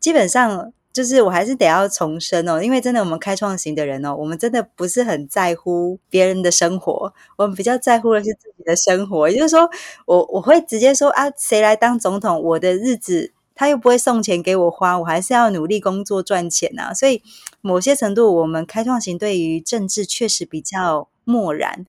基本上就是我还是得要重申因为真的我们开创型的人我们真的不是很在乎别人的生活，我们比较在乎的是自己的生活。也就是说我会直接说谁来当总统，我的日子他又不会送钱给我花，我还是要努力工作赚钱所以某些程度我们开创型对于政治确实比较漠然。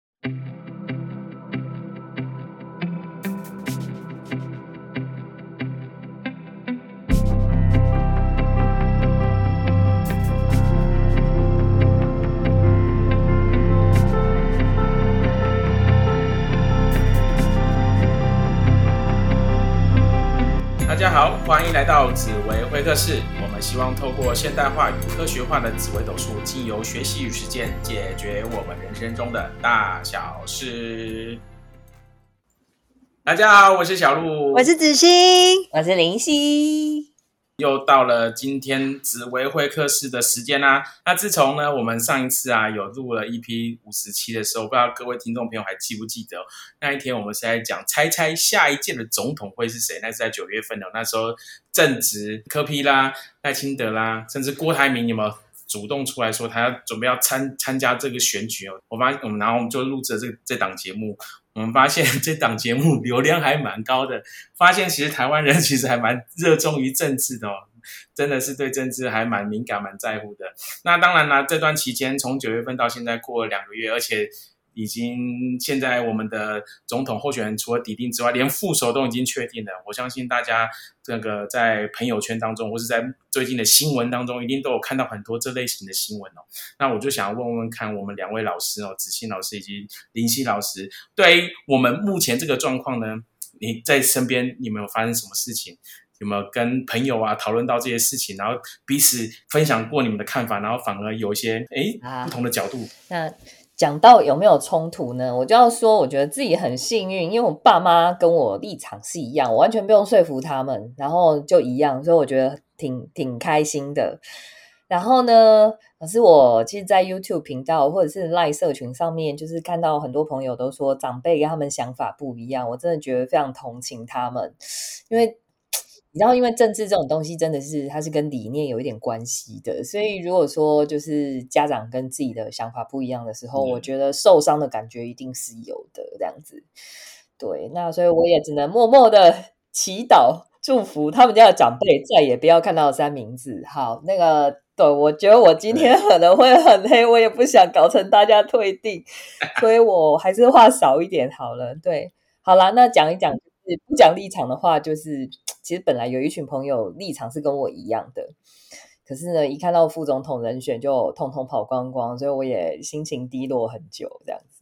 大家好，欢迎来到紫微会客室。我们希望透过现代化与科学化的紫微斗数，经由学习与实践，解决我们人生中的大小事。大家好，我是小鹿， 我是子欣， 我是林夕。 又到了今天紫微会客室的时间啦。那自从呢，我们上一次有录了 EP57 的时候，不知道各位听众朋友还记不记得那一天我们是在讲猜下一届的总统会是谁？那是在9月份的，那时候正值柯 P 啦、赖清德啦，甚至郭台铭有没有主动出来说他要准备要参加这个选举然后我们就录制了这档节目。我们发现这档节目流量还蛮高的，发现其实台湾人其实还蛮热衷于政治的真的是对政治还蛮敏感蛮在乎的。那当然啦，这段期间从9月份到现在过了2个月，而且已经现在我们的总统候选人除了底定之外，连副手都已经确定了。我相信大家这个在朋友圈当中或是在最近的新闻当中一定都有看到很多这类型的新闻那我就想要问看我们2位老师子欣老师以及林夕老师，对于我们目前这个状况呢，你在身边你们有发生什么事情？有没有跟朋友讨论到这些事情，然后彼此分享过你们的看法，然后反而有一些不同的角度？ 那讲到有没有冲突呢，我就要说我觉得自己很幸运，因为我爸妈跟我立场是一样，我完全不用说服他们，然后就一样，所以我觉得挺开心的。然后呢，可是我其实在 YouTube 频道或者是 LINE 社群上面，就是看到很多朋友都说长辈跟他们想法不一样，我真的觉得非常同情他们。因为你知道，因为政治这种东西真的是它是跟理念有一点关系的，所以如果说就是家长跟自己的想法不一样的时候，我觉得受伤的感觉一定是有的这样子。对，那所以我也只能默默的祈祷祝福他们家的长辈再也不要看到三明治。好，那个对，我觉得我今天可能会很黑，我也不想搞成大家退订，所以我还是话少一点好了。对，好啦，那讲一讲，就是不讲立场的话，就是其实本来有一群朋友立场是跟我一样的，可是呢，一看到副总统人选就统统跑光光，所以我也心情低落很久这样子。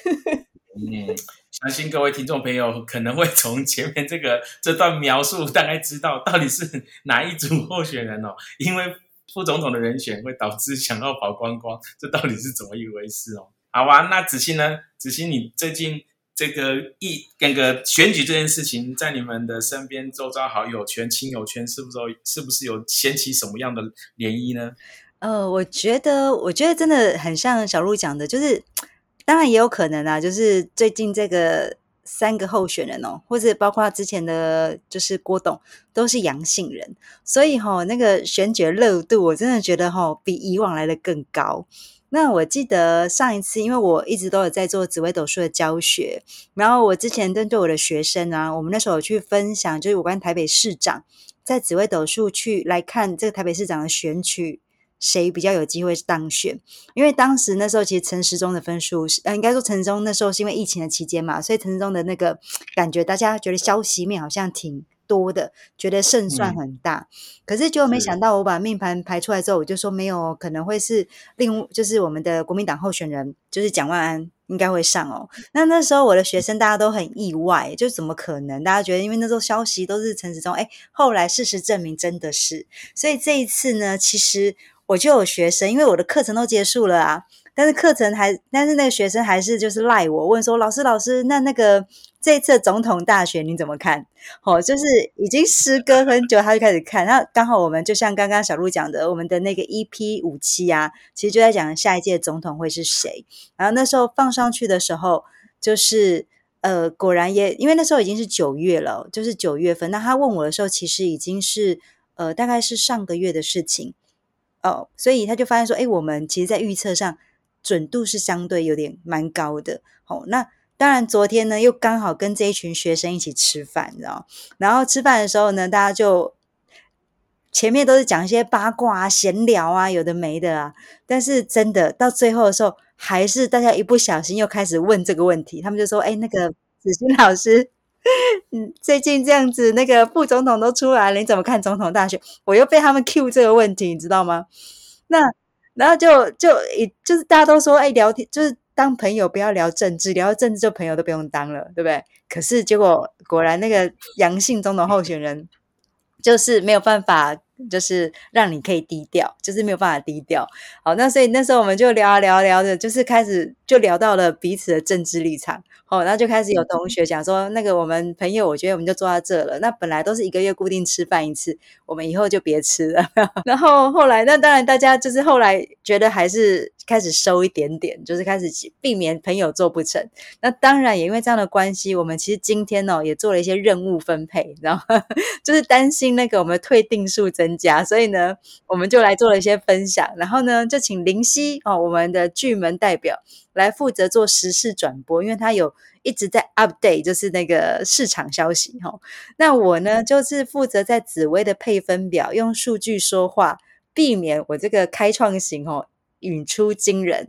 相信各位听众朋友可能会从前面这段描述大概知道到底是哪一组候选人因为副总统的人选会导致想要跑光光，这到底是怎么一回事好吧，那子欣呢？子欣，你最近这个选举这件事情，在你们的身边周遭好友圈、亲友圈，是不是有掀起什么样的涟漪呢？ 我觉得真的很像小鹿讲的，就是当然也有可能就是最近这个3个候选人或者包括之前的就是郭董都是阳性人，所以那个选举热度我真的觉得比以往来的更高。那我记得上一次，因为我一直都有在做紫微斗数的教学，然后我之前针对我的学生我们那时候有去分享就是有关台北市长在紫微斗数去来看这个台北市长的选举谁比较有机会当选。因为当时那时候其实陈时中的分数应该说陈时中那时候是因为疫情的期间嘛，所以陈时中的那个感觉大家觉得消息面好像挺多的，觉得胜算很大，可是就没想到我把命盘排出来之后，我就说没有，可能会是就是我们的国民党候选人就是蒋万安应该会上那时候我的学生大家都很意外，就怎么可能，大家觉得因为那时候消息都是陈时中后来事实证明真的是，所以这一次呢，其实我就有学生，因为我的课程都结束了但是那个学生还是就是赖我问说，老师那个这一次总统大选你怎么看？就是已经时隔很久他就开始看，那刚好我们就像刚刚小鹿讲的，我们的那个 EP57其实就在讲下一届总统会是谁，然后那时候放上去的时候就是果然也因为那时候已经是9月了，就是9月份，那他问我的时候其实已经是大概是上个月的事情哦，所以他就发现说，我们其实在预测上准度是相对有点蛮高的。那当然昨天呢又刚好跟这一群学生一起吃饭，你知道，然后吃饭的时候呢，大家就前面都是讲一些八卦啊、闲聊啊，有的没的啊，但是真的到最后的时候，还是大家一不小心又开始问这个问题，他们就说：“那个子欣老师，最近这样子，那个副总统都出来了，你怎么看总统大选？”我又被他们 cue 这个问题，你知道吗？那然后就是大家都说，聊天就是当朋友不要聊政治，聊政治就朋友都不用当了，对不对？可是结果果然那个阳性总统候选人。就是没有办法，就是让你可以低调，就是没有办法低调。好，那所以那时候我们就聊的，就是开始就聊到了彼此的政治立场。然后就开始有同学讲说，那个我们朋友，我觉得我们就坐到这了。那本来都是1个月固定吃饭一次，我们以后就别吃了。然后后来，那当然大家就是后来觉得还是开始收一点点，就是开始避免朋友做不成。那当然也因为这样的关系，我们其实今天也做了一些任务分配，然后就是担心那个我们的退订数增加，所以呢，我们就来做了一些分享。然后呢，就请林夕我们的巨门代表来负责做时事转播，因为他有一直在 update 就是那个市场消息。那我呢就是负责在紫微的配分表用数据说话，避免我这个开创型语出惊人，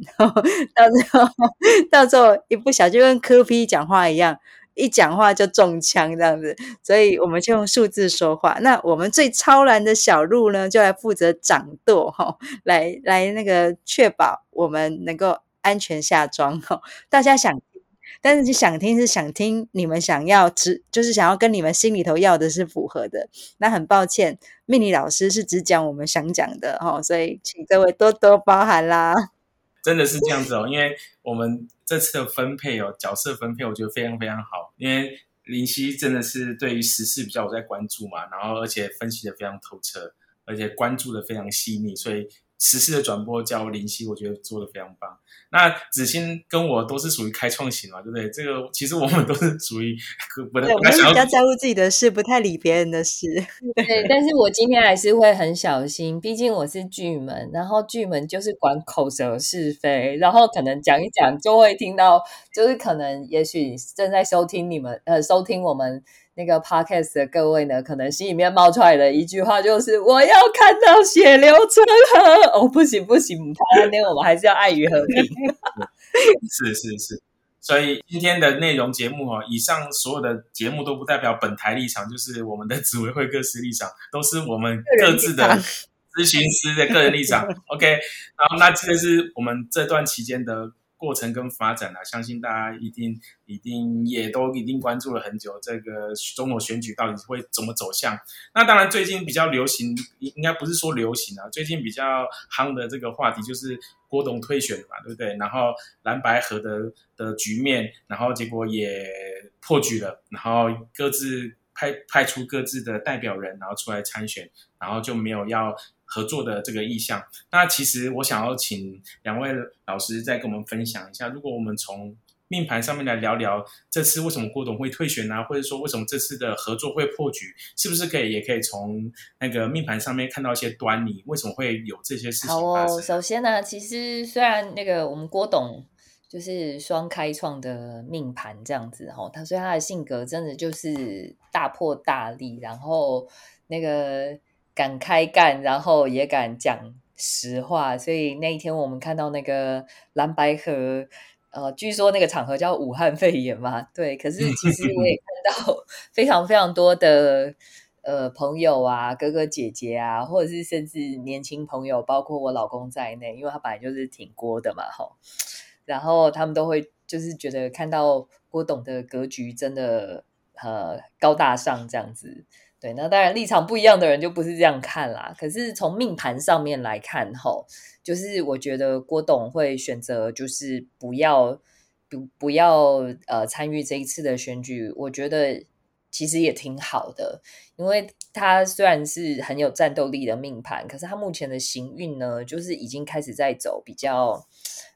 到时候一不小心跟柯 P 讲话一样，一讲话就中枪这样子，所以我们就用数字说话。那我们最超然的小鹿呢，就来负责掌舵来那个确保我们能够安全下庄。大家想听，但是想听是想听你们想要就是想要跟你们心里头要的是符合的。那很抱歉，命理老师是只讲我们想讲的所以请各位多多包涵啦。 真的是这样子因为我们这次的分配角色分配我觉得非常非常好，因为林夕真的是对于时事比较有在关注嘛，然后而且分析的非常透彻，而且关注的非常细腻，所以时事的转播交林夕我觉得做的非常棒。那子欣跟我都是属于开创型嘛，对不对？这个其实我们都是属于我们比较在乎自己的事，不太理别人的事。 对，但是我今天还是会很小心，毕竟我是巨门，然后巨门就是管口舌是非，然后可能讲一讲就会听到，就是可能也许正在收听我们那个 podcast 的各位呢，可能心里面冒出来的一句话就是我要看到血流成河。不行，那我们还是要爱与和平。 是，所以今天的内容节目以上所有的节目都不代表本台立场，就是我们的紫微会客室立场，都是我们各自的咨询师的个人立场。OK， 然后那这个是我们这段期间的过程跟发展相信大家一定也都关注了很久，这个中国选举到底会怎么走向。那当然最近比较流行，应该不是说流行最近比较夯的这个话题就是郭董退选嘛，对不对？然后蓝白合的局面，然后结果也破局了，然后各自派出各自的代表人，然后出来参选，然后就没有要合作的这个意向。那其实我想要请两位老师再跟我们分享一下，如果我们从命盘上面来聊聊这次为什么郭董会退选或者说为什么这次的合作会破局，是不是也可以从那个命盘上面看到一些端倪，为什么会有这些事情发生？ 首先呢，其实虽然那个我们郭董就是双开创的命盘这样子所以他的性格真的就是大破大立，然后那个敢开干，然后也敢讲实话，所以那一天我们看到那个蓝白合据说那个场合叫武汉肺炎嘛，对，可是其实我也看到非常非常多的朋友哥哥姐姐或者是甚至年轻朋友，包括我老公在内，因为他本来就是挺郭的嘛然后他们都会就是觉得看到郭董的格局真的高大上这样子。对，那当然立场不一样的人就不是这样看啦。可是从命盘上面来看就是我觉得郭董会选择就是不要参与这一次的选举，我觉得其实也挺好的，因为他虽然是很有战斗力的命盘，可是他目前的行运呢，就是已经开始在走比较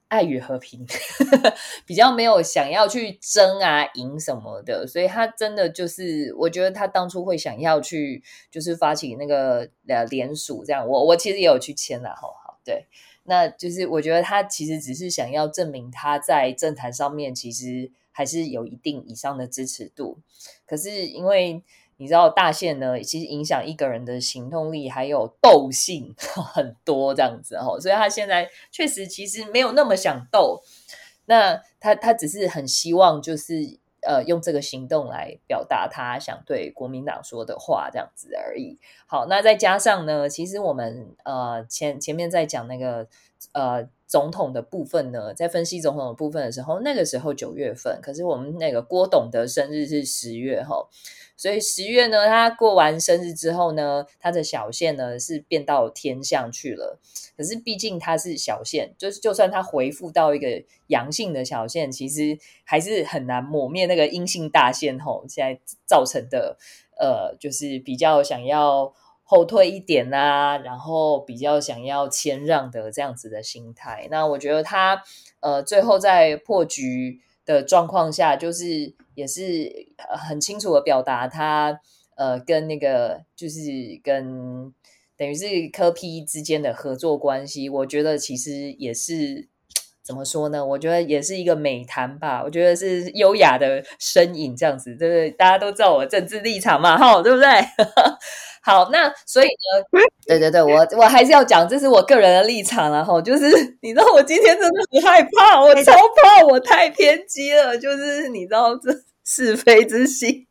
爱与和平比较没有想要去争啊赢什么的，所以他真的就是我觉得他当初会想要去就是发起那个联署这样，我其实也有去签啦，好对，那就是我觉得他其实只是想要证明他在政坛上面其实还是有一定以上的支持度，可是因为你知道大限呢，其实影响一个人的行动力还有斗性很多这样子所以他现在确实其实没有那么想斗，那他只是很希望就是用这个行动来表达他想对国民党说的话这样子而已。好，那再加上呢，其实我们前面在讲那个总统的部分呢，在分析总统的部分的时候，那个时候9月份，可是我们那个郭董的生日是10月所以10月呢，他过完生日之后呢，他的小限呢是变到天象去了。可是毕竟他是小限，就算他回复到一个阳性的小限，其实还是很难抹灭那个阴性大限现在造成的就是比较想要后退一点啊，然后比较想要谦让的这样子的心态。那我觉得他最后在破局的状况下，就是也是很清楚的表达他跟那个就是跟等于是柯 P 之间的合作关系，我觉得其实也是怎么说呢？我觉得也是一个美谈吧，我觉得是优雅的身影这样子，对不对？大家都知道我政治立场嘛，对不对？好，那所以呢，对，我还是要讲，这是我个人的立场啦就是你知道我今天真的很害怕，我超怕我太偏激了，就是你知道这是非之心。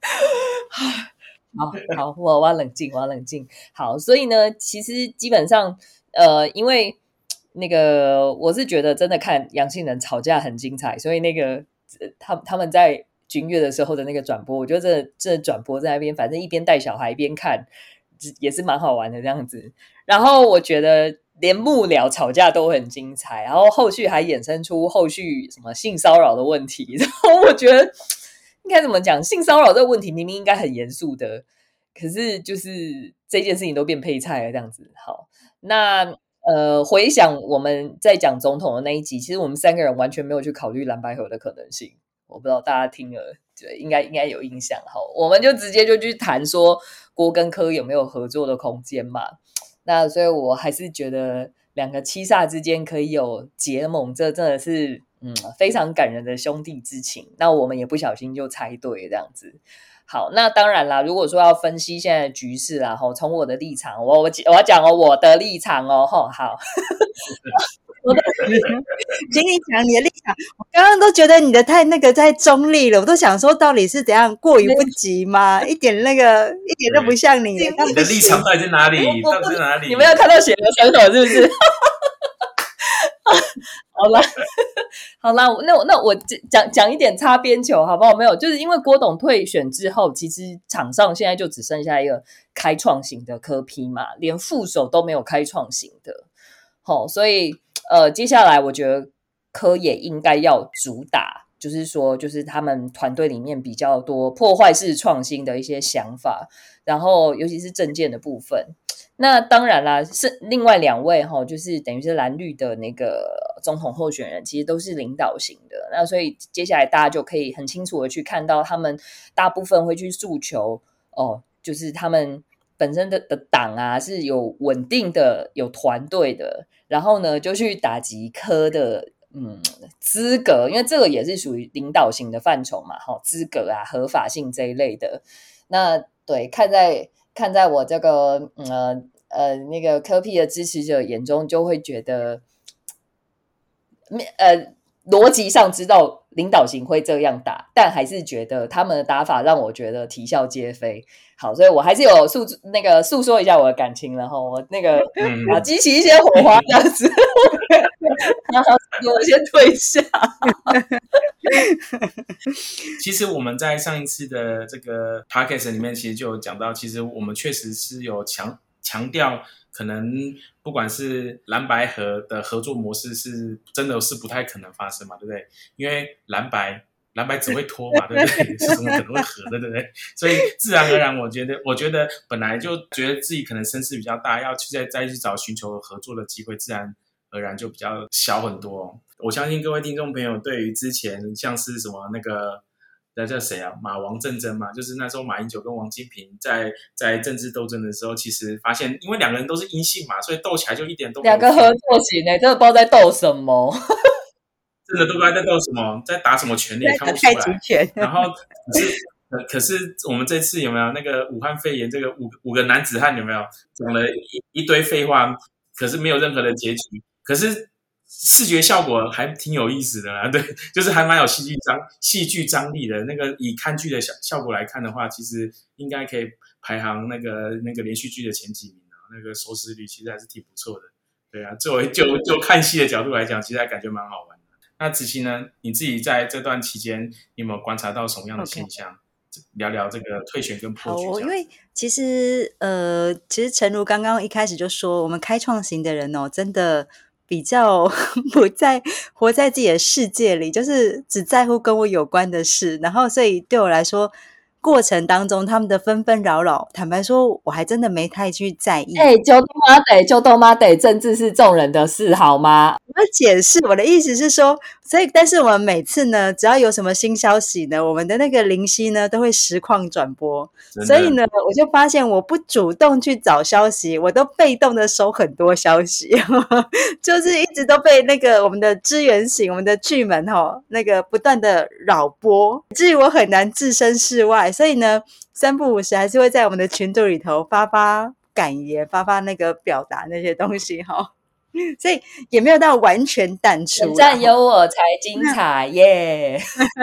好，我要冷静，好，所以呢，其实基本上因为那个我是觉得真的看阳性人吵架很精彩，所以那个他们在君悦的时候的那个转播，我觉得这转播在那边，反正一边带小孩一边看，也是蛮好玩的这样子。然后我觉得连幕僚吵架都很精彩，然后后续还衍生出后续什么性骚扰的问题，然后我觉得应该怎么讲，性骚扰这个问题明明应该很严肃的，可是就是这件事情都变配菜了这样子。好，那回想我们在讲总统的那一集，其实我们3个人完全没有去考虑蓝白合的可能性，我不知道大家听了对应该有印象。好，我们就直接就去谈说郭跟柯有没有合作的空间嘛。那所以我还是觉得两个七煞之间可以有结盟，这真的是非常感人的兄弟之情。那我们也不小心就猜对这样子。好，那当然啦，如果说要分析现在的局势啦，从我的立场，我要讲我的立场好。 请你讲你的立场，我刚刚都觉得你的太中立了，我都想说到底是怎样过于不及吗？一点都不像你的。 你的立场到底在哪里？到底在哪里？ 你们有看到血流成河是不是？好啦，那我讲一点擦边球好不好？没有，就是因为郭董退选之后，其实场上现在就只剩下一个开创型的柯 P 嘛，连副手都没有开创型的。所以接下来我觉得柯也应该要主打，就是说就是他们团队里面比较多破坏式创新的一些想法，然后尤其是政见的部分。那当然啦，是另外2位就是等于是蓝绿的那个总统候选人，其实都是领导型的。那所以接下来大家就可以很清楚的去看到，他们大部分会去诉求就是他们本身的党啊是有稳定的、有团队的，然后呢就去打击柯的资格，因为这个也是属于领导型的范畴嘛，资格啊、合法性这一类的。那对，看在我这个那个柯 P 的支持者眼中，就会觉得逻辑上知道领导型会这样打，但还是觉得他们的打法让我觉得啼笑皆非。好，所以我还是有诉说一下我的感情，然后我那个激起一些火花这样子，然后我先退下。 其实我们在上一次的这个 podcast 里面，其实就有讲到，其实我们确实是有强调，可能不管是蓝白合的合作模式是真的是不太可能发生嘛，对不对？因为蓝白只会拖嘛，对不对？是怎么可能会合的，对不对？所以自然而然，我觉得本来就觉得自己可能声势比较大，要去再去找寻求合作的机会，自然而然就比较小很多哦。我相信各位听众朋友对于之前像是什么那个那叫谁啊，马王政争嘛，就是那时候马英九跟王金平在政治斗争的时候，其实发现因为两个人都是阴性嘛，所以斗起来就一点都没有两个合作型真的不知道在斗什么。 真的都不知道在斗什么，在打什么权利也看不出太极来。 拳， 然后可是我们这次有没有那个武汉肺炎这个五个男子汉有没有讲了一堆废话，可是没有任何的结局，可是视觉效果还挺有意思的啦，对，就是还蛮有戏剧张力的。那个以看剧的效果来看的话，其实应该可以排行那个连续剧的前几名啊，那个收视率其实还是挺不错的。对啊，作为就看戏的角度来讲，其实还感觉蛮好玩的。那子琪呢？你自己在这段期间，你有没有观察到什么样的现象？聊聊这个退选跟破局。 好，因为其实诚如刚刚一开始就说，我们开创型的人哦，真的比较不在活在自己的世界里，就是只在乎跟我有关的事，然后所以对我来说，过程当中他们的纷纷扰扰，坦白说，我还真的没太去在意。 就他妈得，政治是众人的事，好吗？ 我解释我的意思是说，所以但是我们每次呢，只要有什么新消息呢，我们的那个灵犀呢都会实况转播，所以呢，我就发现我不主动去找消息，我都被动的收很多消息，就是一直都被那个我们的支援型、我们的巨门那个不断的扰播，至于我很难置身事外，所以呢，三不五时还是会在我们的群组里头发感言，发那个表达那些东西哈。所以也没有到完全淡出， 本站有我才精彩耶！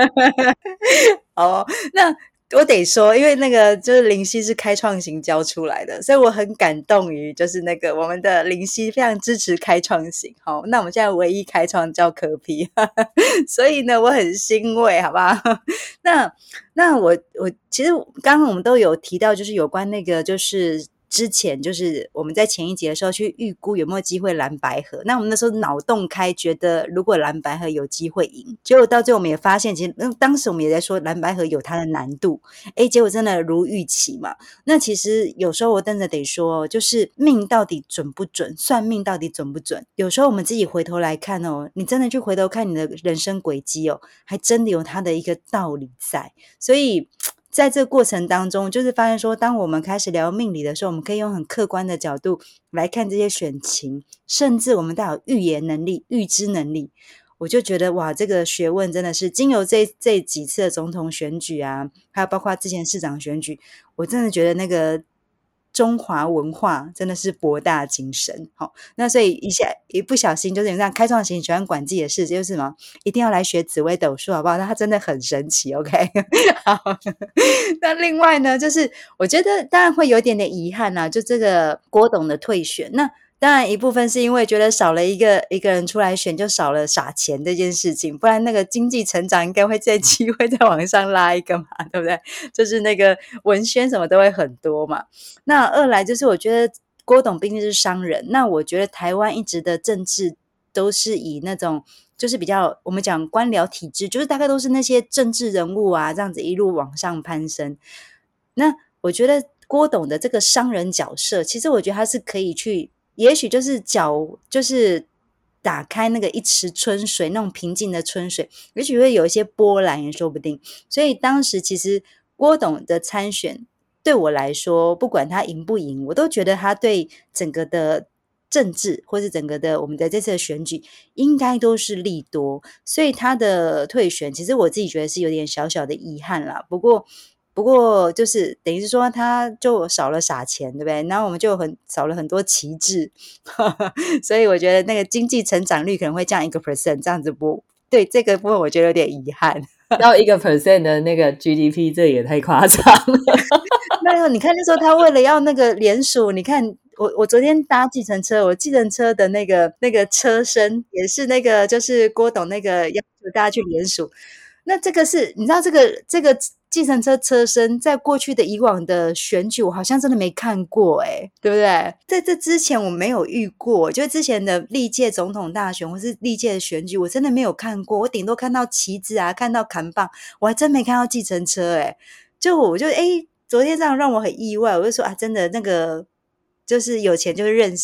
哦，那我得说，因为那个就是灵犀是开创型教出来的，所以我很感动于就是那个我们的灵犀非常支持开创型。好，那我们现在唯一开创叫可批，所以呢，我很欣慰，好不好？那我其实刚刚我们都有提到，就是有关那个就是之前就是我们在前一集的时候去预估有没有机会蓝白合，那我们那时候脑洞开，觉得如果蓝白合有机会赢，结果到最后我们也发现，其实当时我们也在说蓝白合有它的难度，结果真的如预期嘛。那其实有时候我真的得说，就是命到底准不准，算命到底准不准，有时候我们自己回头来看哦，你真的去回头看你的人生轨迹哦，还真的有它的一个道理在。所以在这个过程当中，就是发现说，当我们开始聊命理的时候，我们可以用很客观的角度来看这些选情，甚至我们带有预言能力、预知能力。我就觉得哇，这个学问真的是经由这几次的总统选举啊，还有包括之前市长选举，我真的觉得那个中华文化真的是博大精深。好，那所以一不小心就是这样，开创型喜欢管自己的事，就是什么一定要来学紫微斗数，好不好？那它真的很神奇。OK， 好，那另外呢，就是我觉得当然会有点遗憾啊，就这个郭董的退选，那当然一部分是因为觉得少了一个人出来选，就少了撒钱这件事情，不然那个经济成长应该会在机会再往上拉一个嘛，对不对？就是那个文宣什么都会很多嘛。那二来就是我觉得郭董毕竟是商人，那我觉得台湾一直的政治都是以那种就是比较我们讲官僚体制，就是大概都是那些政治人物啊这样子一路往上攀升。那我觉得郭董的这个商人角色，其实我觉得他是可以去，也许就是打开那个一池春水，那种平静的春水，也许会有一些波澜也说不定。所以当时其实郭董的参选对我来说，不管他赢不赢，我都觉得他对整个的政治或是整个的我们的这次的选举应该都是利多，所以他的退选其实我自己觉得是有点小小的遗憾啦。不过就是等于是说他就少了撒钱，对不对？然后我们就少了很多旗帜，所以我觉得那个经济成长率可能会降1%，这样子对这个部分我觉得有点遗憾。 到1% 的那个 GDP， 这也太夸张了。 那你看那时候他为了要那个联署，你看我昨天搭计程车，我计程车的那个车身也是那个就是郭董那个要求大家去联署。那这个是你知道这个计程车车身在过去的以往的选举我好像真的没看过对不对？在这之前我没有遇过，就之前的历届总统大选或是历届的选举我真的没有看过，我顶多看到旗子啊，看到扛棒，我还真没看到计程车我就昨天这样让我很意外，我就说啊，真的那个就是有钱就是任性，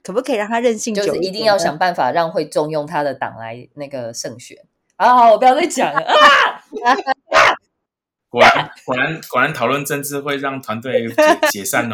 可不可以让他任性久就是一点呢？ 一定要想办法让会重用他的党来那个胜选。好，我不要再讲了啊！ 果然讨论政治会让团队解散哦。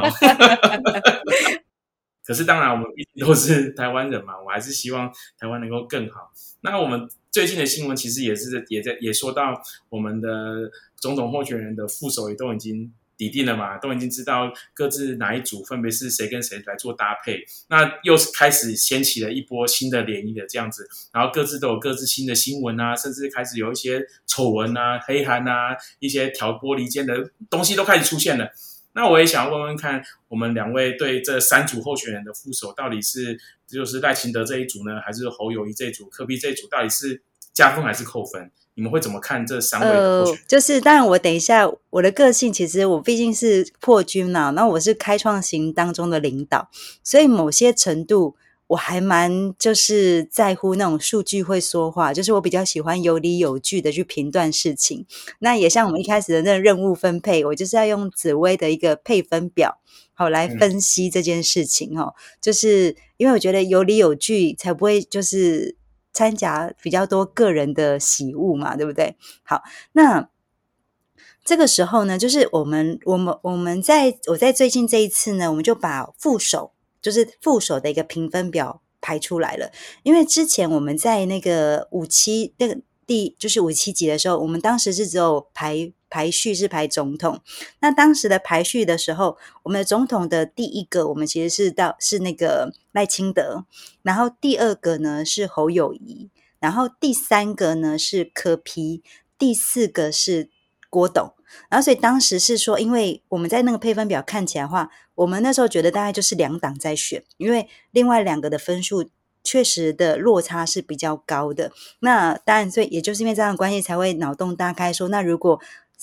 可是当然，我们毕竟都是台湾人嘛，我还是希望台湾能够更好。那我们最近的新闻其实也说到，我们的总统候选人的副手也都已经底定了嘛，都已经知道各自哪一组分别是谁跟谁来做搭配。那又开始掀起了一波新的涟漪的这样子，然后各自都有各自新的新闻啊，甚至开始有一些丑闻啊、黑函啊、一些挑拨离间的东西都开始出现了。那我也想问问看，我们两位对这3组候选人的副手到底是就是赖清德这一组呢，还是侯友宜这一组、柯 P 这一组，到底是加分还是扣分？你们会怎么看这3位的候选人？ 就是当然，我等一下我的个性，其实我毕竟是破军嘛，那我是开创型当中的领导，所以某些程度我还蛮就是在乎那种数据会说话，就是我比较喜欢有理有据的去评断事情。那也像我们一开始的那个任务分配，我就是要用紫微的一个配分表好来分析这件事情就是因为我觉得有理有据才不会就是掺杂比较多个人的喜恶嘛，对不对？好，那这个时候呢，就是我在最近这一次呢，我们就把副手的一个评分表排出来了。因为之前我们在那个57那个就是57集的时候，我们当时是只有排序是排总统。那当时的排序的时候，我们的总统的第一个我们其实是那个赖清德，然后第二个呢是侯友宜，然后第3个呢是柯 P， 第4个是郭董。然后所以当时是说，因为我们在那个配分表看起来的话，我们那时候觉得大概就是2党在选，因为另外2个的分数确实的落差是比较高的。那当然，所以也就是因为这样的关系，才会脑洞大开说，那如果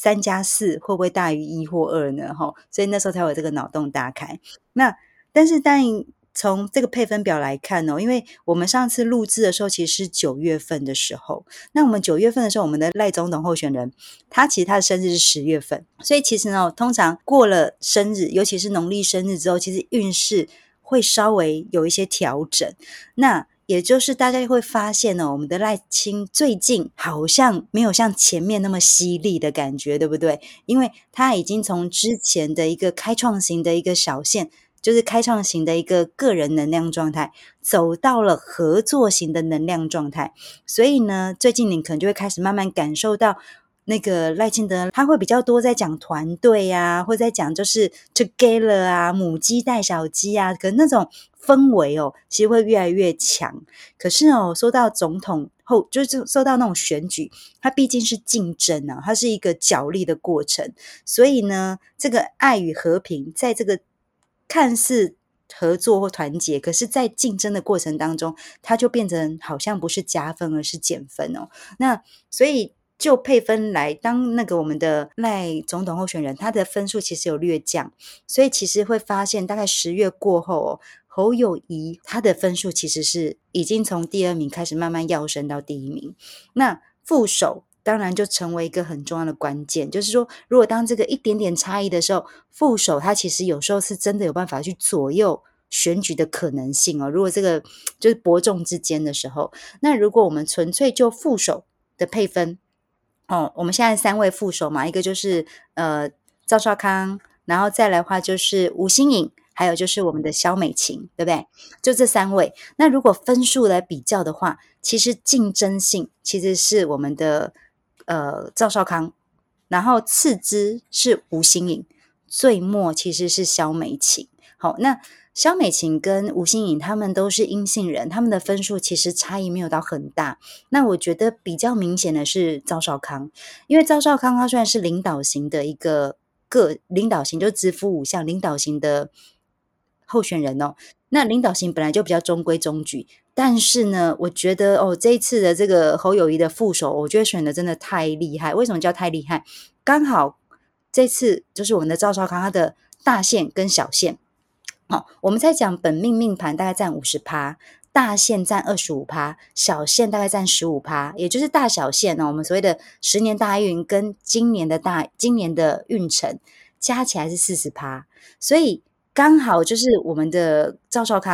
3+4会不会大于1或2呢？所以那时候才有这个脑洞大开。那但是当然从这个配分表来看因为我们上次录制的时候其实是9月份的时候，那我们9月份的时候，我们的赖总统候选人其实他的生日是10月份，所以其实呢，通常过了生日，尤其是农历生日之后，其实运势会稍微有一些调整。那也就是大家会发现我们的赖清最近好像没有像前面那么犀利的感觉，对不对？因为他已经从之前的一个开创型的一个小线，就是开创型的一个个人能量状态，走到了合作型的能量状态。所以呢，最近你可能就会开始慢慢感受到那个赖清德他会比较多在讲团队啊，或在讲就是 together 啊，母鸡带小鸡啊，可那种氛围其实会越来越强。可是说到总统后，就是说到那种选举，它毕竟是竞争啊，它是一个角力的过程。所以呢，这个爱与和平在这个看似合作或团结，可是在竞争的过程当中，它就变成好像不是加分而是减分那所以就配分来，当那个我们的赖总统候选人他的分数其实有略降，所以其实会发现大概10月过后侯友宜他的分数其实是已经从第2名开始慢慢跃升到第1名。那副手当然就成为一个很重要的关键，就是说如果当这个一点点差异的时候，副手他其实有时候是真的有办法去左右选举的可能性如果这个就是伯仲之间的时候，那如果我们纯粹就副手的配分我们现在3位副手嘛，一个就是赵少康，然后再来的话就是吴欣颖，还有就是我们的萧美琴，对不对？就这3位。那如果分数来比较的话，其实竞争性其实是我们的赵少康，然后次之是吴欣颖，最末其实是萧美琴。好，那萧美琴跟吴欣颖他们都是阴性人，他们的分数其实差异没有到很大。那我觉得比较明显的是赵少康，因为赵少康他虽然是领导型的一个领导型，就直服5项领导型的候选人那领导型本来就比较中规中矩，但是呢，我觉得这一次的这个侯友宜的副手，我觉得选的真的太厉害。为什么叫太厉害？刚好这次就是我们的赵少康他的大线跟小线我们在讲本命命盘大概占 50%， 大线占 25%， 小线大概占 15%， 也就是大小线我们所谓的10年大运跟今年的运程加起来是 40%， 所以刚好就是我们的赵少康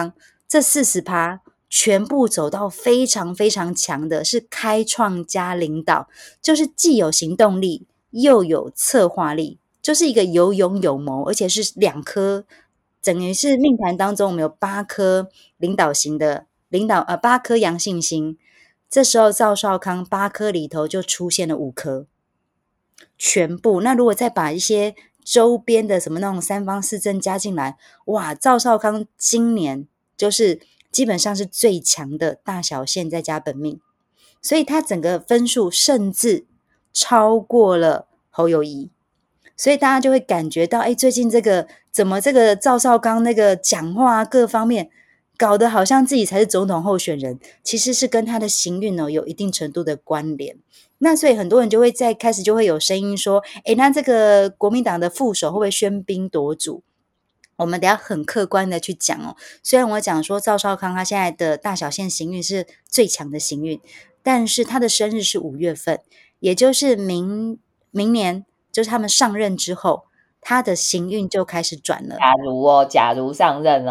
这40%全部走到非常非常强的是开创加领导，就是既有行动力又有策划力，就是一个有勇有谋，而且是2颗，等于是命盘当中我们有8颗领导型的8颗阳性星，这时候赵少康8颗里头就出现了5颗，全部。那如果再把一些周边的什么那种3方4正加进来，哇，赵少康今年就是基本上是最强的大小线再加本命，所以他整个分数甚至超过了侯友宜，所以大家就会感觉到，最近怎么这个赵少康那个讲话各方面搞得好像自己才是总统候选人，其实是跟他的行运有一定程度的关联。那所以很多人就会开始就会有声音说，那这个国民党的副手会不会喧宾夺主？我们等一下很客观的去讲虽然我讲说赵少康他现在的大小线行运是最强的行运，但是他的生日是5月份，也就是明年就是他们上任之后，他的行运就开始转了。 假如上任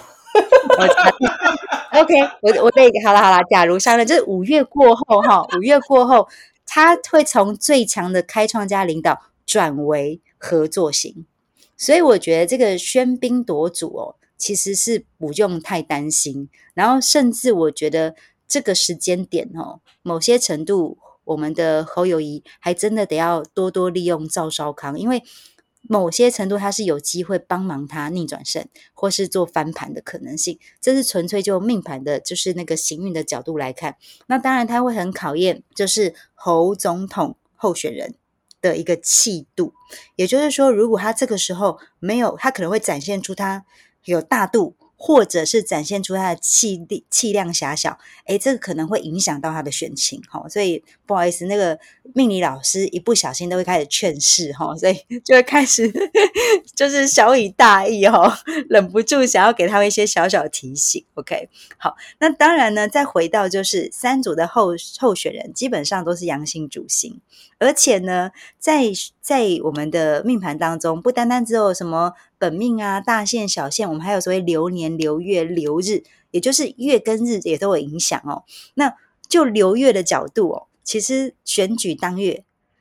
OK， 我对，好啦，假如上任就是5月过后5月过后，他会从最强的开创加领导转为合作型，所以我觉得这个喧宾夺主其实是不用太担心。然后甚至我觉得这个时间点某些程度我们的侯友宜还真的得要多多利用赵少康，因为某些程度他是有机会帮忙他逆转胜或是做翻盘的可能性，这是纯粹就命盘的就是那个行运的角度来看。那当然他会很考验就是侯总统候选人的一个气度，也就是说如果他这个时候没有，他可能会展现出他有大度，或者是展现出他的气量狭小，这个可能会影响到他的选情所以不好意思，那个命理老师一不小心都会开始劝世所以就会开始就是小以大义忍不住想要给他们一些小小提醒。 OK， 好，那当然呢再回到就是3组的候选人基本上都是阳性主星，而且呢在我们的命盘当中不单单只有什么本命啊大线小线，我们还有所谓流年流月流日，也就是月跟日也都有影响那就流月的角度其实选举当月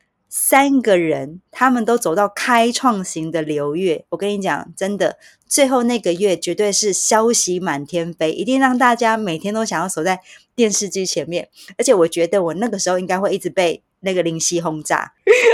3个人他们都走到开创型的流月，我跟你讲真的，最后那个月绝对是消息满天飞，一定让大家每天都想要守在电视机前面，而且我觉得我那个时候应该会一直被那个灵犀轰炸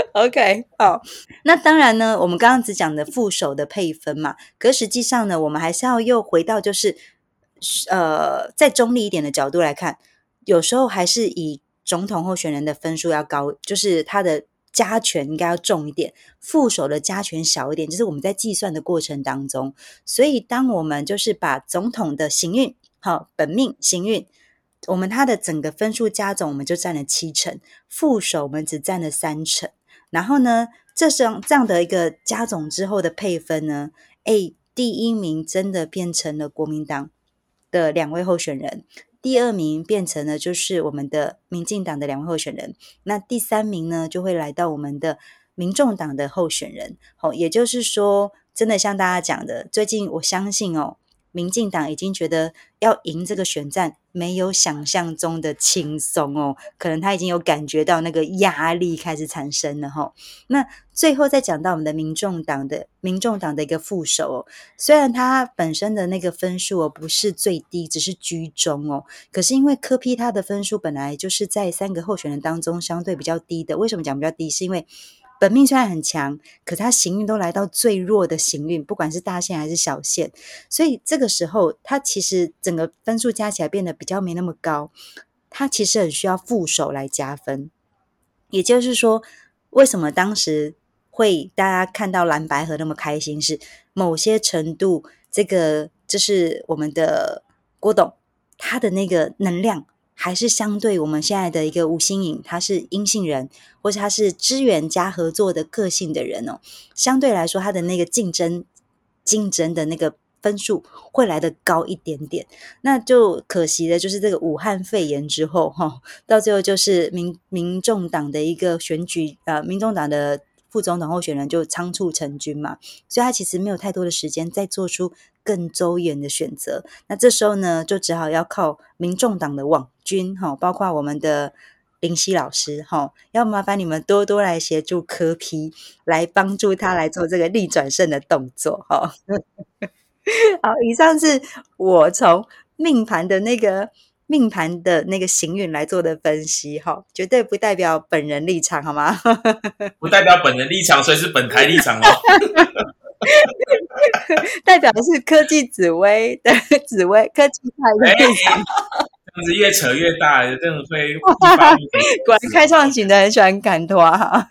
OK， 好，那当然呢我们刚刚只讲的副手的配分嘛，可实际上呢我们还是要又回到就是在中立一点的角度来看，有时候还是以总统候选人的分数要高，就是他的加权应该要重一点，副手的加权小一点，就是我们在计算的过程当中。所以当我们就是把总统的行运本命行运，我们他的整个分数加总我们就占了7成，副手我们只占了3成，然后呢这样的一个加总之后的配分呢第一名真的变成了国民党的2位候选人，第2名变成了就是我们的民进党的2位候选人，那第3名呢就会来到我们的民众党的候选人也就是说真的像大家讲的，最近我相信民进党已经觉得要赢这个选战没有想象中的轻松可能他已经有感觉到那个压力开始产生了那最后再讲到我们的民众党的一个副手虽然他本身的那个分数不是最低，只是居中可是因为柯 P 他的分数本来就是在3个候选人当中相对比较低的，为什么讲比较低？是因为本命虽然很强，可他行运都来到最弱的行运，不管是大线还是小线，所以这个时候他其实整个分数加起来变得比较没那么高，他其实很需要副手来加分。也就是说为什么当时会大家看到蓝白合那么开心，是某些程度这个就是我们的郭董他的那个能量还是相对我们现在的一个吴欣颖，他是阴性人，或是他是支援加合作的个性的人相对来说他的那个竞争的那个分数会来得高一点点。那就可惜的就是这个武汉肺炎之后到最后就是民众党的一个选举民众党的副总统候选人就仓促成军嘛，所以他其实没有太多的时间再做出更周延的选择。那这时候呢，就只好要靠民众党的网军，包括我们的林夕老师，要麻烦你们多多来协助柯 P， 来帮助他来做这个逆转胜的动作。好，以上是我从命盘的那个行运来做的分析，绝对不代表本人立场，好吗？ 不代表本人立场，所以是本台立场哦。 代表的是科技紫薇的科技派的立场。 这样子越扯越大，真的会果然开创型的很喜欢赶拖。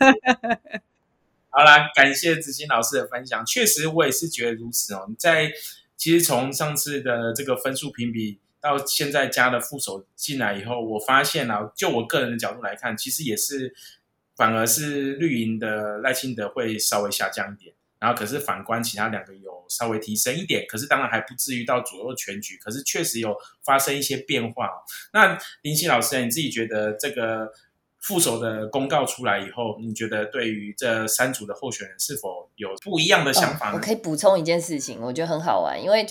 好啦，感谢子欣老师的分享，确实我也是觉得如此哦。其实从上次的这个分数评比到现在加了副手进来以后，我发现就我个人的角度来看，其实也是反而是绿营的赖清德会稍微下降一点，然后可是反观其他两个有稍微提升一点，可是当然还不至于到左右全局，可是确实有发生一些变化。那林夕老师，你自己觉得这个副手的公告出来以后，你觉得对于这3组的候选人是否有不一样的想法呢？ 我可以补充一件事情，我觉得很好玩，因为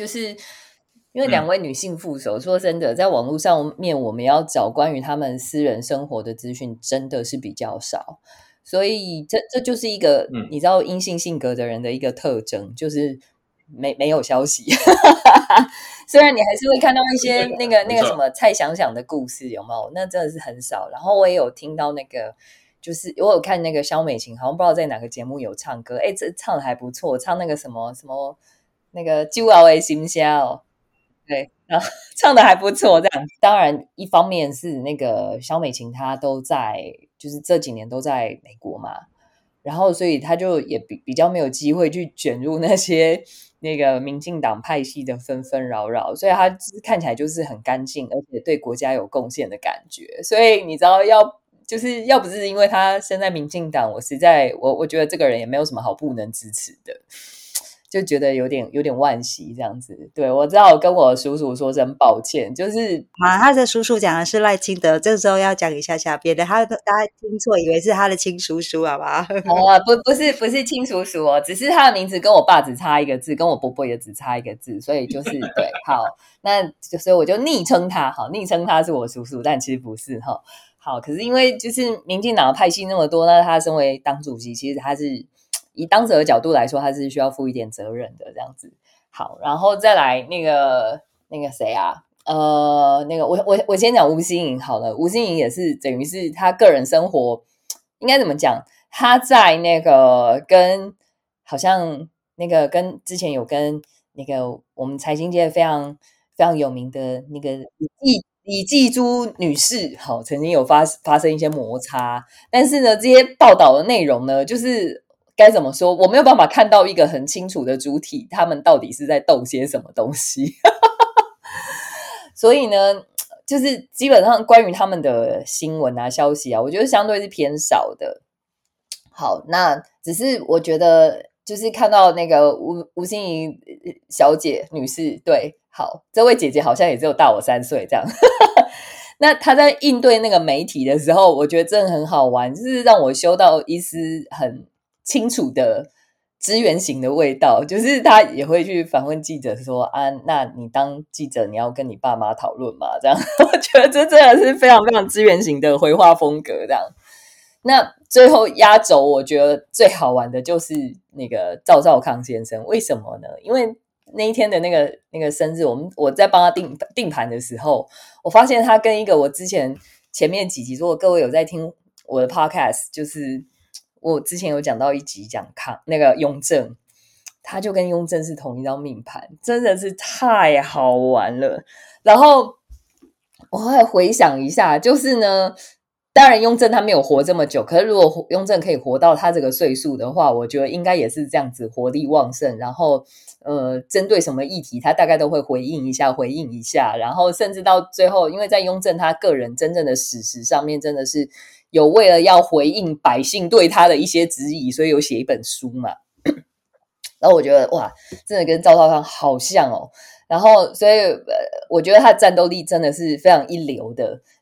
2位女性副手，说真的，在网络上面我们要找关于他们私人生活的资讯真的是比较少，所以这就是一个你知道阴性性格的人的一个特征，就是没有消息。虽然你还是会看到一些那个什么蔡想想的故事，有没有？那真的是很少。然后我也有听到那个，就是我有看那个萧美琴，好像不知道在哪个节目有唱歌，这唱的还不错，唱那个什么那个酒后的心声哦，对，然后唱的还不错，这样。当然，一方面是那个萧美琴她都在，就是这几年都在美国嘛，然后所以他就也比较没有机会去卷入那些那个民进党派系的纷纷扰扰，所以他看起来就是很干净，而且对国家有贡献的感觉。所以你知道要不是因为他身在民进党，我觉得这个人也没有什么好不能支持的。就觉得有点惋惜这样子。对，我知道我跟我叔叔说声抱歉，就是他的叔叔讲的是赖清德，这个时候要讲一下别的，大家听错以为是他的亲叔叔，好不好？ 不是亲叔叔哦，只是他的名字跟我爸只差一个字，跟我伯伯也只差一个字，所以就是对，好，那所以我就昵称他是我叔叔，但其实不是哈。好，可是因为就是民进党的派系那么多，那他身为党主席，其实他是以当者的角度来说，他是需要负一点责任的这样子。好，然后再来那个谁啊？那个我先讲吴欣颖好了。吴欣颖也是等于是他个人生活应该怎么讲？他在那个好像那个跟之前有跟那个我们财经界非常非常有名的那个李继珠女士，好，曾经有发生一些摩擦，但是呢，这些报道的内容呢，就是该怎么说，我没有办法看到一个很清楚的主体，他们到底是在斗些什么东西。所以呢，就是基本上关于他们的新闻啊、消息啊，我觉得相对是偏少的。好，那只是我觉得，就是看到那个吴欣怡小姐女士，对，好，这位姐姐好像也只有大我3岁这样。那她在应对那个媒体的时候，我觉得真的很好玩，就是让我嗅到一丝很清楚的支援型的味道，就是她也会去反问记者说啊，那你当记者你要跟你爸妈讨论吗？这样，我觉得这真的是非常非常支援型的回话风格这样。那最后压轴，我觉得最好玩的就是那个赵少康先生，为什么呢？因为那一天的那个生日，我在帮他定盘的时候，我发现他跟一个我之前面几集，如果各位有在听我的 podcast， 就是我之前有讲到一集讲那个雍正，他就跟雍正是同一张命盘，真的是太好玩了。然后我后来回想一下，就是呢。当然雍正他没有活这么久，可是如果雍正可以活到他这个岁数的话，我觉得应该也是这样子活力旺盛，然后针对什么议题他大概都会回应一下，然后甚至到最后，因为在雍正他个人真正的史实上面真的是有为了要回应百姓对他的一些质疑，所以有写一本书嘛。然后我觉得哇，真的跟赵少康好像哦，然后所以我觉得他的战斗力真的是非常一流的。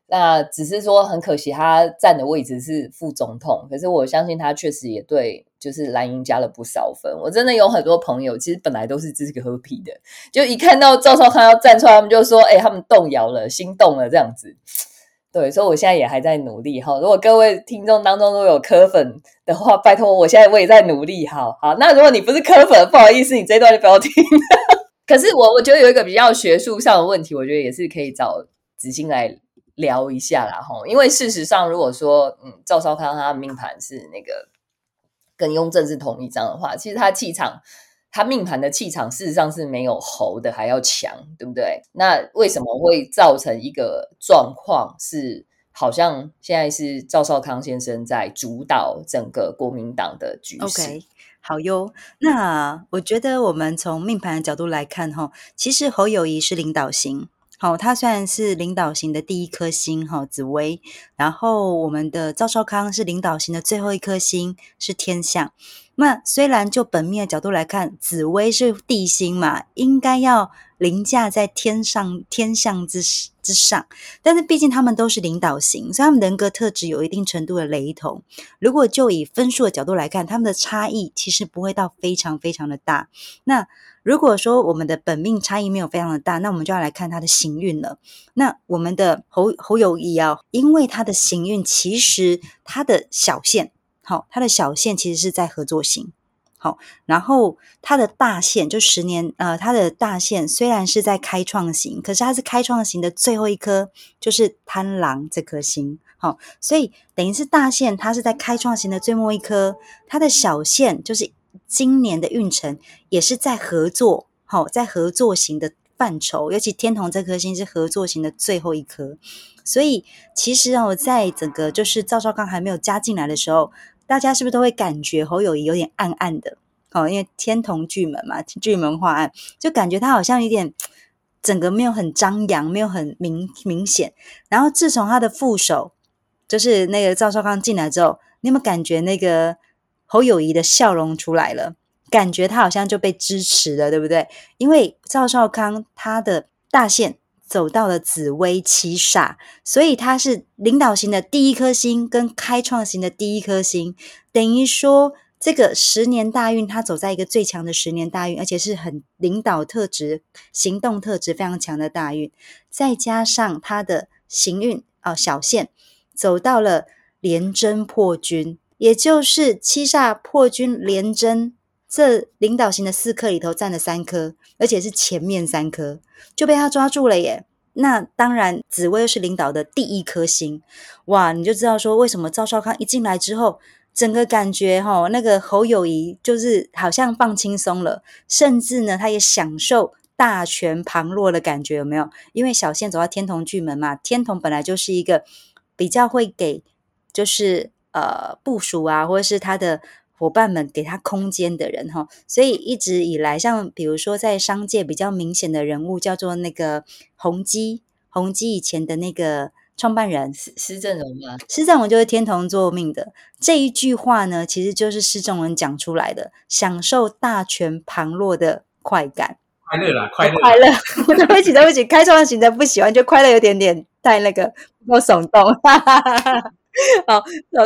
那只是说很可惜他站的位置是副总统，可是我相信他确实也对就是蓝营加了不少分。我真的有很多朋友其实本来都是支持和平的，就一看到赵少康要站出来，他们就说他们动摇了，心动了这样子。对，所以我现在也还在努力哈。如果各位听众当中都有柯粉的话，拜托我现在我也在努力。好，那如果你不是柯粉，不好意思，你这一段就不要听。可是我觉得有一个比较学术上的问题，我觉得也是可以找子欣来聊一下啦齁。因为事实上，如果说赵少康他命盘是那个跟雍正是同一张的话，其实他气场。他命盘的气场事实上是没有侯的还要强，对不对？那为什么会造成一个状况是好像现在是赵少康先生在主导整个国民党的局势？ OK， 好哟。那我觉得我们从命盘的角度来看，其实侯友宜是领导星，他虽然是领导型的第一颗星紫微，然后我们的赵少康是领导型的最后一颗星是天象。那虽然就本命的角度来看，紫微是地星嘛，应该要凌驾在天象之上，但是毕竟他们都是领导型，所以他们人格特质有一定程度的雷同。如果就以分数的角度来看，他们的差异其实不会到非常非常的大。那如果说我们的本命差异没有非常的大，那我们就要来看他的行运了。那我们的侯友宜因为他的行运其实他的小线他的小线其实是在合作型，然后他的大线就10年，他的大线虽然是在开创型，可是他是开创型的最后一颗，就是贪狼这颗星，所以等于是大线它是在开创型的最末一颗，他的小线就是今年的运程也是在合作，在合作型的范畴，尤其天同这颗星是合作型的最后一颗，所以其实在整个就是赵少康还没有加进来的时候，大家是不是都会感觉侯友宜有点暗暗的因为天同巨门嘛，巨门化暗，就感觉他好像有点整个没有很张扬，没有很明显。然后自从他的副手就是那个赵少康进来之后，你有没有感觉那个侯友宜的笑容出来了，感觉他好像就被支持了，对不对？因为赵少康他的大线走到了紫微七煞，所以他是领导型的第一颗星跟开创型的第一颗星，等于说这个10年大运他走在一个最强的10年大运，而且是很领导特质行动特质非常强的大运，再加上他的行运小线走到了廉贞破军，也就是七煞破军廉贞，这领导型的4颗里头占了3颗，而且是前面3颗就被他抓住了耶。那当然紫微又是领导的第一颗星，哇，你就知道说为什么赵少康一进来之后，整个感觉那个侯友宜就是好像放轻松了，甚至呢他也享受大权旁落的感觉，有没有？因为小线走到天同巨门嘛，天同本来就是一个比较会给就是部属啊，或者是他的伙伴们给他空间的人所以一直以来像比如说在商界比较明显的人物叫做那个宏基以前的那个创办人施正荣吗？ 施正荣就是天同座命的，这一句话呢其实就是施正荣讲出来的，享受大权旁落的快感， 快乐啦，快乐对不起，开创型的不喜欢，就快乐有点太那个不够耸动好，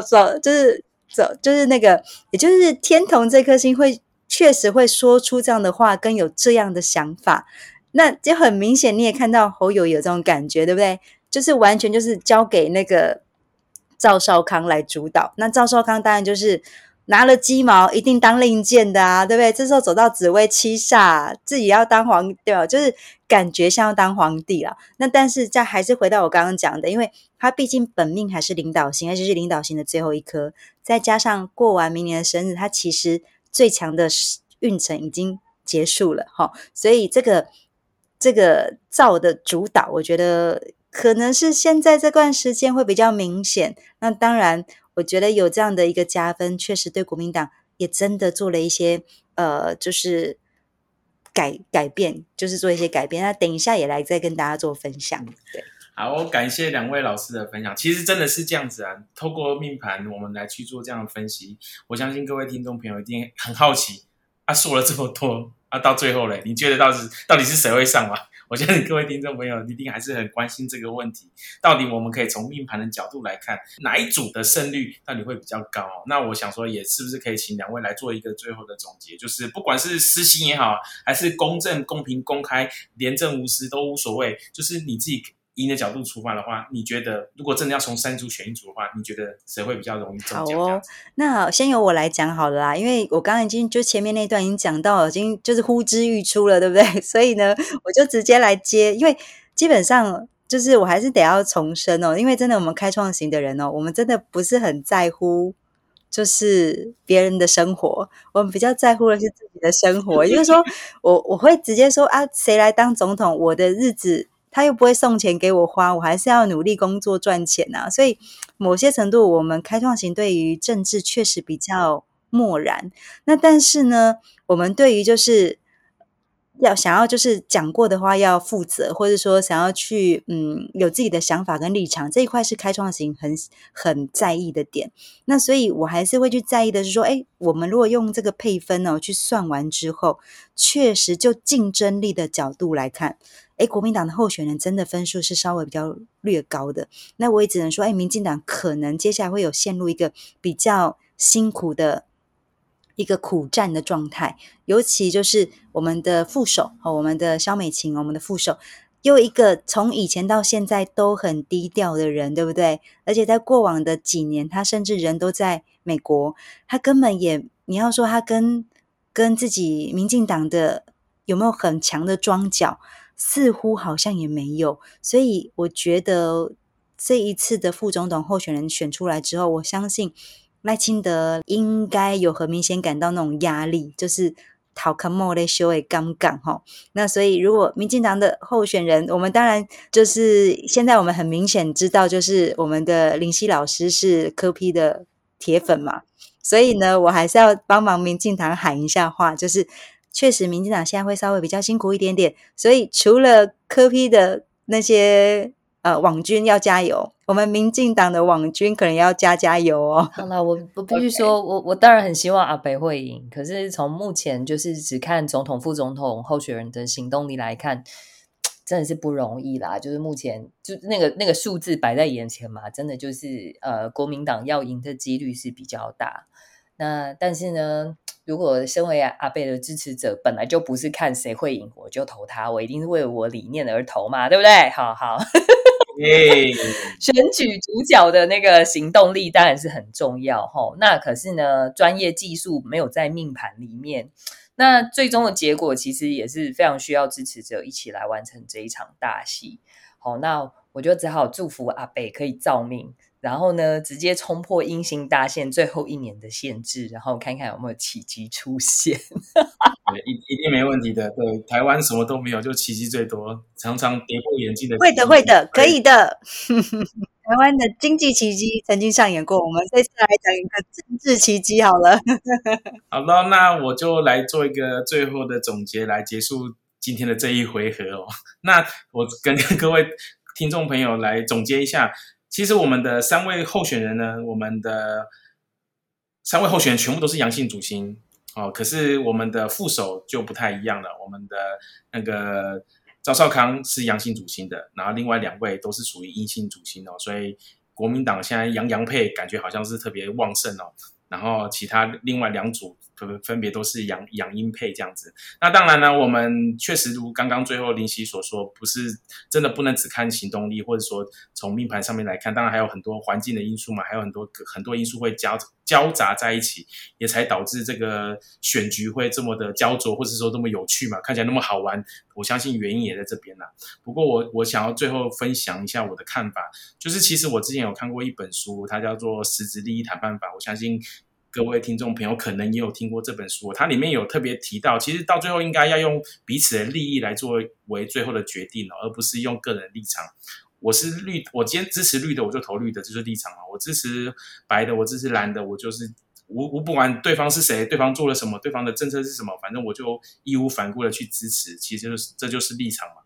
就是那个，也就是天同这颗星确实会说出这样的话，跟有这样的想法，那就很明显，你也看到侯友有这种感觉，对不对？就是完全就是交给那个赵少康来主导，那赵少康当然就是拿了鸡毛一定当令箭的啊，对不对？这时候走到紫微七煞，自己要当皇帝，对吧？就是感觉像要当皇帝啦。那但是这还是回到我刚刚讲的，因为他毕竟本命还是领导星，而且是领导星的最后一颗，再加上过完明年的生日，他其实最强的运程已经结束了所以这个赵的主导，我觉得可能是现在这段时间会比较明显。那当然我觉得有这样的一个加分，确实对国民党也真的做了一些就是改变，就是做一些改变。那等一下也来再跟大家做分享。对， 好，感谢2位老师的分享。其实真的是这样子啊，透过命盘我们来去做这样的分析，我相信各位听众朋友一定很好奇说了这么多到最后嘞，你觉得到底是谁会上吗？ 我相信各位听众朋友一定还是很关心这个问题，到底我们可以从命盘的角度来看，哪一组的胜率到底会比较高？那我想说，也是不是可以请两位来做一个最后的总结，就是不管是私心也好，还是公正、公平、公开、廉政无私都无所谓，就是你自己以你的角度出发的话，你觉得如果真的要从3组选一组的话，你觉得谁会比较容易中奖？ 好哦，那先由我来讲好了啦，因为我刚刚已经就前面那段已经讲到，已经就是呼之欲出了，对不对？所以呢，我就直接来接，因为基本上就是我还是得要重申哦，因为真的我们开创型的人哦，我们真的不是很在乎就是别人的生活，我们比较在乎的是自己的生活。也就是说，我会直接说啊，谁来当总统，我的日子他又不会送钱给我花，我还是要努力工作赚钱啊。所以某些程度，我们开创型对于政治确实比较漠然。那但是呢，我们对于就是想要就是讲过的话要负责，或者说想要去有自己的想法跟立场，这一块是开创型很在意的点。那所以我还是会去在意的是说，我们如果用这个配分去算完之后，确实就竞争力的角度来看，国民党的候选人真的分数是稍微比较略高的。那我也只能说，民进党可能接下来会有陷入一个比较辛苦的一个苦战的状态，尤其就是我们的副手，我们的萧美琴，我们的副手，又一个从以前到现在都很低调的人，对不对？而且在过往的几年，他甚至人都在美国，他根本也，你要说他跟自己民进党的有没有很强的庄脚，似乎好像也没有。所以我觉得这一次的副总统候选人选出来之后，我相信赖清德应该有很明显感到那种压力，就是讨看莫咧修的杠杠齁。那所以如果民进党的候选人，我们当然就是现在我们很明显知道，就是我们的林夕老师是柯 P 的铁粉嘛，所以呢，我还是要帮忙民进党喊一下话，就是确实民进党现在会稍微比较辛苦一点点，所以除了柯 P 的那些网军要加油，我们民进党的网军可能要加油哦。 好啦，我必须说我当然很希望阿北会赢，可是从目前就是只看总统副总统候选人的行动力来看，真的是不容易啦。就是目前就那个数字摆在眼前嘛，真的就是国民党要赢的几率是比较大。那但是呢，如果身为阿北的支持者，本来就不是看谁会赢我就投他，我一定是为了我理念而投嘛，对不对？好选举主角的那个行动力当然是很重要齁。那可是呢，专业技术没有在命盘里面，那最终的结果其实也是非常需要支持者一起来完成这一场大戏。好，那我就只好祝福阿北可以造命，然后呢，直接冲破阴性大限最后1年的限制，然后看看有没有奇迹出现。 一定没问题的。对，台湾什么都没有，就奇迹最多，常常跌破眼镜的。 会的，可以的。台湾的经济奇迹曾经上演过，我们这次来讲一个政治奇迹好了。 好了，那我就来做一个最后的总结，来结束今天的这一回合哦。那我跟各位听众朋友来总结一下，其实我们的3位候选人呢，我们的3位候选人全部都是阳性主星可是我们的副手就不太一样了，我们的那个赵少康是阳性主星的，然后另外2位都是属于阴性主星所以国民党现在阳配感觉好像是特别旺盛然后其他另外2组分别都是阳阴配这样子。那当然呢，我们确实如刚刚最后林夕所说，不是真的不能只看行动力，或者说从命盘上面来看，当然还有很多环境的因素嘛，还有很多因素会交杂在一起，也才导致这个选举会这么的焦灼，或者说这么有趣嘛，看起来那么好玩。我相信原因也在这边啦。不过我想要最后分享一下我的看法，就是其实我之前有看过一本书，它叫做《实质利益谈判法》，我相信各位听众朋友可能也有听过这本书，它里面有特别提到，其实到最后应该要用彼此的利益来作为最后的决定而不是用个人立场。我今天支持绿的我就投绿的，这就是立场我支持白的，我支持蓝的，我就是我不管对方是谁，对方做了什么，对方的政策是什么，反正我就义无反顾的去支持，其实这就是立场嘛。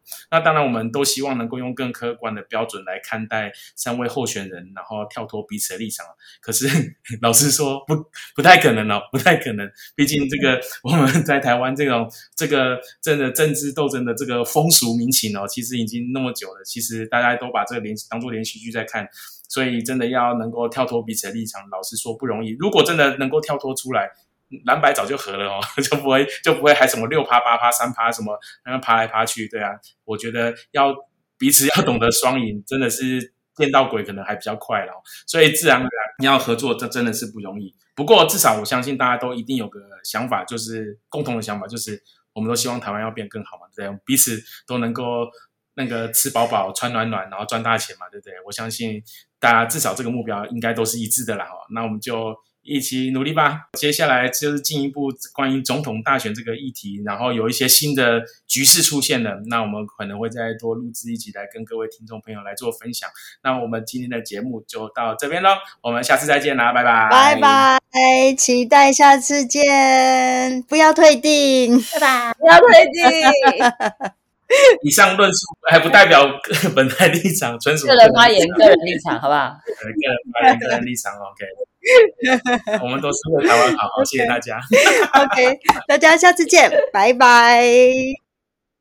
那当然我们都希望能够用更客观的标准来看待3位候选人，然后跳脱彼此的立场。可是老实说不太可能不太可能，毕竟这个我们在台湾这个真的政治斗争的这个风俗民情其实已经那么久了，其实大家都把这个当作连续剧在看，所以真的要能够跳脱彼此的立场，老实说不容易。如果真的能够跳脱出来，蓝白早就合了就不会还什么6%、8%、3%什么爬来爬去。对啊，我觉得彼此要懂得双赢，真的是见到鬼可能还比较快了，所以自然而然要合作，这真的是不容易。不过至少我相信大家都一定有个想法，就是共同的想法，就是我们都希望台湾要变更好嘛，对不对？彼此都能够那个吃饱饱穿暖暖，然后赚大钱嘛，对不对？我相信大家至少这个目标应该都是一致的啦。那我们就一起努力吧。接下来就是进一步关于总统大选这个议题，然后有一些新的局势出现了，那我们可能会再多录制一集来跟各位听众朋友来做分享。那我们今天的节目就到这边咯，我们下次再见啦，拜拜拜拜，期待下次见，不要退订， 拜拜，不要退订。 以上论述还不代表本台立场，纯属个人发言、个人立场，好不好？ 个人发言、个人立场 ，OK。我们都是为台湾好，谢谢大家。 OK， 大家下次见，拜拜。